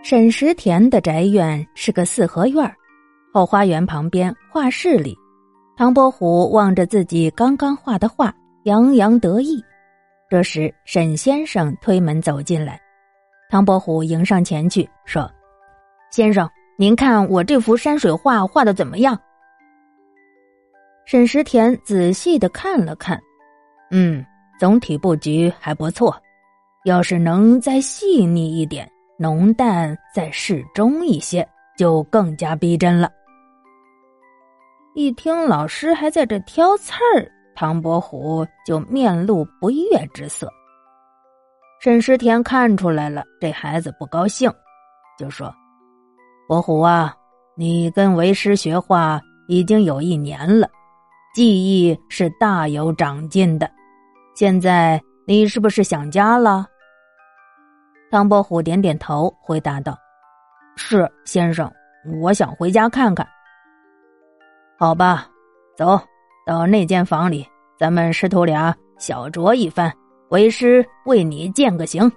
沈石田的宅院是个四合院，后花园旁边画室里，唐伯虎望着自己刚刚画的画，洋洋得意。这时沈先生推门走进来，唐伯虎迎上前去说：“先生，您看我这幅山水画画得怎么样？”沈石田仔细地看了看，总体布局还不错，要是能再细腻一点，浓淡再适中一些，就更加逼真了。一听老师还在这挑刺儿，唐伯虎就面露不悦之色。沈石田看出来了，这孩子不高兴，就说：“伯虎啊，你跟为师学画已经有1年了，技艺是大有长进的，现在你是不是想家了？”唐伯虎点点头，回答道：“是，先生，我想回家看看。”好吧，走到那间房里，咱们师徒俩小酌一番，为师为你饯个行。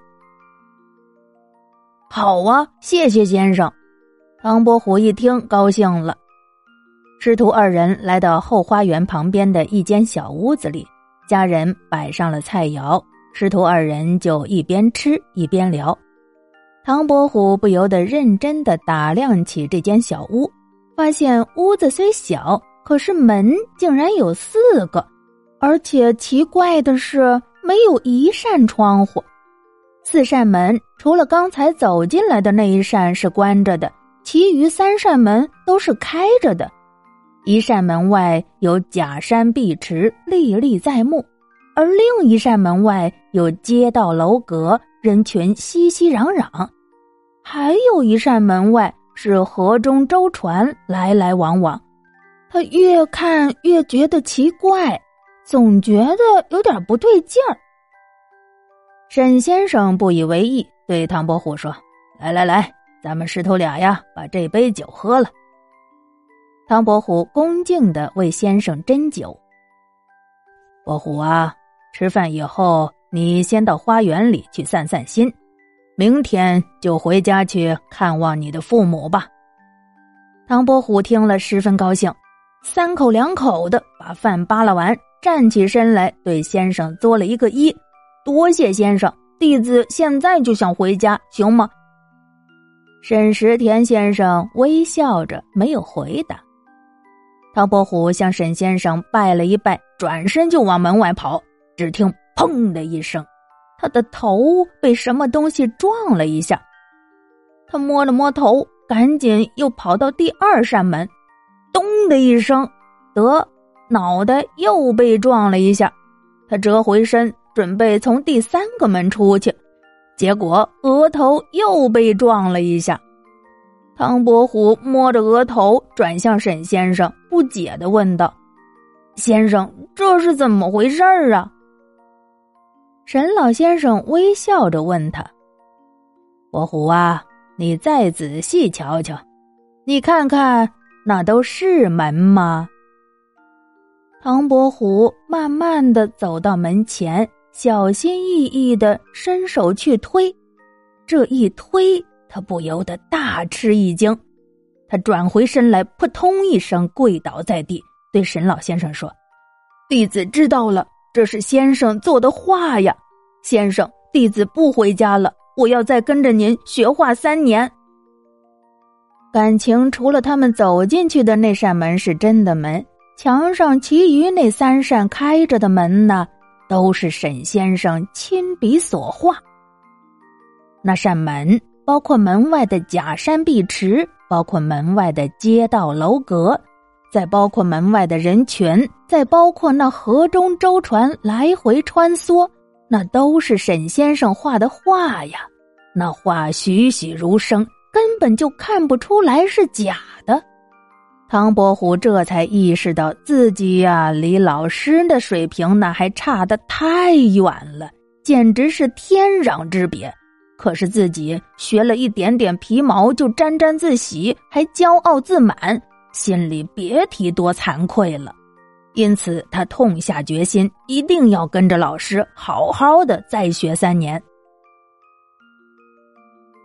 好啊，谢谢先生。唐伯虎一听高兴了。师徒2人来到后花园旁边的一间小屋子里，家人摆上了菜肴，师徒2人就一边吃一边聊。唐伯虎不由得认真地打量起这间小屋，发现屋子虽小，可是门竟然有4个，而且奇怪的是没有1扇窗户。4扇门除了刚才走进来的那1扇是关着的，其余3扇门都是开着的。1扇门外有假山碧池历历在目，而另1扇门外有街道楼阁，人群熙熙攘攘。还有1扇门外是河中舟船来来往往。他越看越觉得奇怪，总觉得有点不对劲儿。沈先生不以为意，对唐伯虎说：“来，咱们师徒俩呀，把这杯酒喝了。”唐伯虎恭敬地为先生斟酒。伯虎啊，吃饭以后你先到花园里去散散心，明天就回家去看望你的父母吧。唐伯虎听了十分高兴，3口2口的把饭扒拉完，站起身来对先生作了一个揖：“多谢先生，弟子现在就想回家，行吗？”沈石田先生微笑着没有回答。唐伯虎向沈先生拜了一拜，转身就往门外跑，只听砰的一声，他的头被什么东西撞了一下。他摸了摸头，赶紧又跑到第2扇门，咚的一声，脑袋又被撞了一下。他折回身准备从第3个门出去，结果额头又被撞了一下。唐伯虎摸着额头转向沈先生，不解地问道：“先生，这是怎么回事啊？”沈老先生微笑着问他：“伯虎啊，你再仔细瞧瞧，你看看那都是门吗？”唐伯虎慢慢地走到门前，小心翼翼地伸手去推，这一推，他不由得大吃一惊。他转回身来，扑通一声跪倒在地，对沈老先生说：“弟子知道了，这是先生做的画呀。先生，弟子不回家了，我要再跟着您学画3年。”感情除了他们走进去的那扇门是真的门，墙上其余那3扇开着的门呢，都是沈先生亲笔所画。那扇门包括门外的假山碧池，包括门外的街道楼阁，再包括门外的人群，再包括那河中舟船来回穿梭，那都是沈先生画的画呀。那画栩栩如生，根本就看不出来是假的。唐伯虎这才意识到自己呀，离老师的水平那还差得太远了，简直是天壤之别。可是自己学了一点点皮毛就沾沾自喜，还骄傲自满，心里别提多惭愧了。因此他痛下决心，一定要跟着老师好好的再学3年。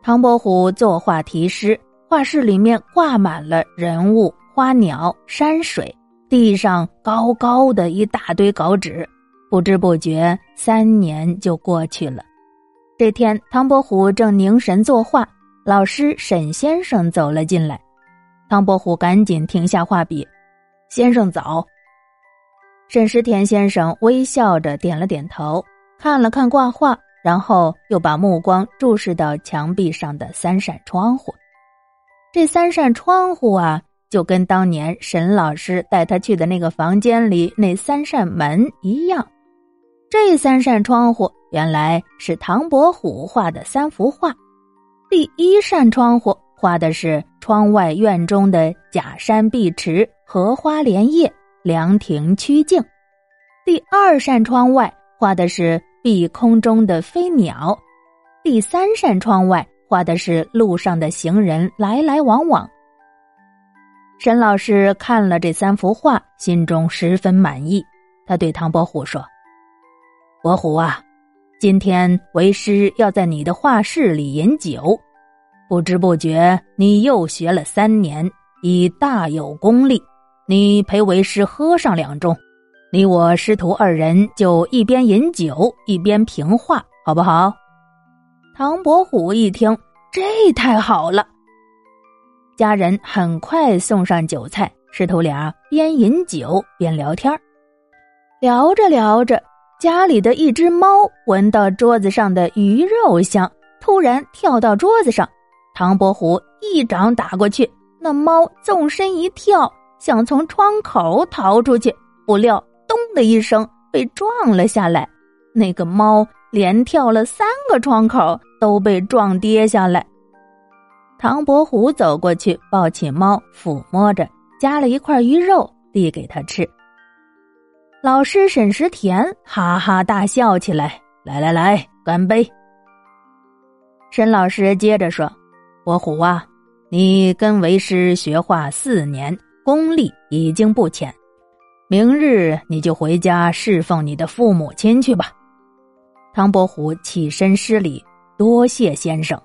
唐伯虎作画题诗，画室里面挂满了人物、花鸟、山水，地上高高的一大堆稿纸，不知不觉3年就过去了。这天，唐伯虎正凝神作画，老师沈先生走了进来。唐伯虎赶紧停下画笔：“先生早。”沈石田先生微笑着点了点头，看了看挂画，然后又把目光注视到墙壁上的3扇窗户。这3扇窗户啊，就跟当年沈老师带他去的那个房间里那3扇门一样。这3扇窗户原来是唐伯虎画的3幅画。第1扇窗户画的是窗外院中的假山碧池、荷花莲叶、凉亭曲径。第2扇窗外画的是碧空中的飞鸟。第3扇窗外画的是路上的行人来来往往。沈老师看了这3幅画，心中十分满意。他对唐伯虎说：“伯虎啊，今天为师要在你的画室里饮酒，不知不觉你又学了3年，已大有功力。你陪为师喝上2盅，你我师徒2人就一边饮酒一边评画，好不好？”唐伯虎一听，这太好了。家人很快送上酒菜，师徒俩边饮酒边聊天。聊着聊着，家里的一只猫闻到桌子上的鱼肉香，突然跳到桌子上。唐伯虎一掌打过去，那猫纵身一跳，想从窗口逃出去，不料咚的一声被撞了下来。那个猫连跳了3个窗口，都被撞跌下来。唐伯虎走过去，抱起猫，抚摸着，夹了一块鱼肉递给他吃。老师沈石田哈哈大笑起来：“来来来，干杯！”沈老师接着说：“伯虎啊，你跟为师学画4年，功力已经不浅，明日你就回家侍奉你的父母亲去吧。”唐伯虎起身施礼：“多谢先生。”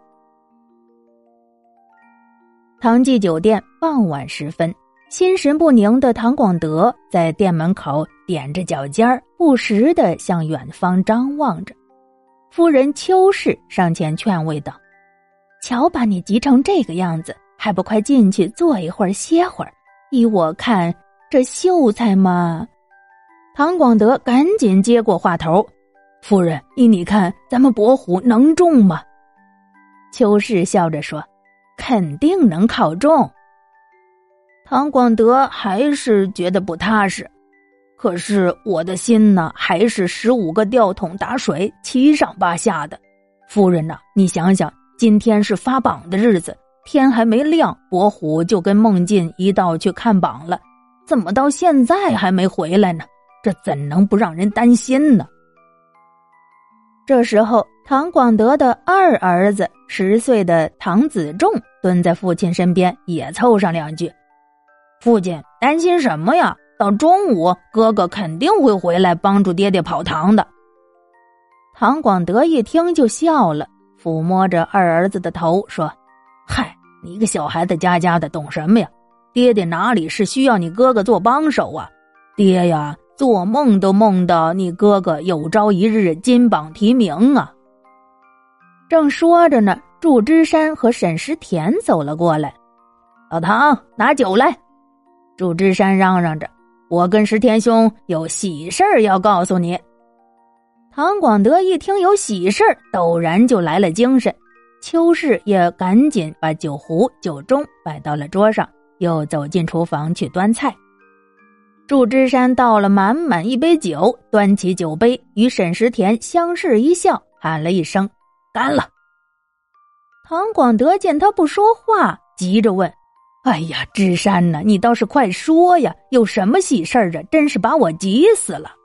唐记酒店傍晚时分，心神不宁的唐广德在店门口踮着脚尖，不时地向远方张望着。夫人邱氏上前劝慰道：“瞧把你急成这个样子，还不快进去坐一会儿歇会儿？依我看，这秀才嘛……”唐广德赶紧接过话头：“夫人，依你看，咱们伯虎能中吗？”邱氏笑着说：“肯定能考中。”唐广德还是觉得不踏实，可是我的心呢，还是15个吊桶打水，七上八下的。夫人呐，你想想，今天是发榜的日子，天还没亮，伯虎就跟孟进一道去看榜了，怎么到现在还没回来呢？这怎能不让人担心呢？这时候，唐广德的二儿子10岁的唐子仲蹲在父亲身边，也凑上2句：“父亲担心什么呀？到中午哥哥肯定会回来帮助爹爹跑堂的。”唐广德一听就笑了，抚摸着二儿子的头说：“嗨，你一个小孩子家的懂什么呀？爹爹哪里是需要你哥哥做帮手啊？爹呀，做梦都梦到你哥哥有朝一日金榜题名啊！”正说着呢，祝枝山和沈石田走了过来：“老唐，拿酒来！”祝枝山嚷嚷着：“我跟石田兄有喜事儿要告诉你。”唐广德一听有喜事儿，陡然就来了精神。邱氏也赶紧把酒壶、酒盅摆到了桌上，又走进厨房去端菜。祝枝山倒了满满1杯酒，端起酒杯与沈石田相视一笑，喊了一声：“干了！”唐广德见他不说话，急着问：“哎呀，枝山呐，你倒是快说呀，有什么喜事儿啊？真是把我急死了。”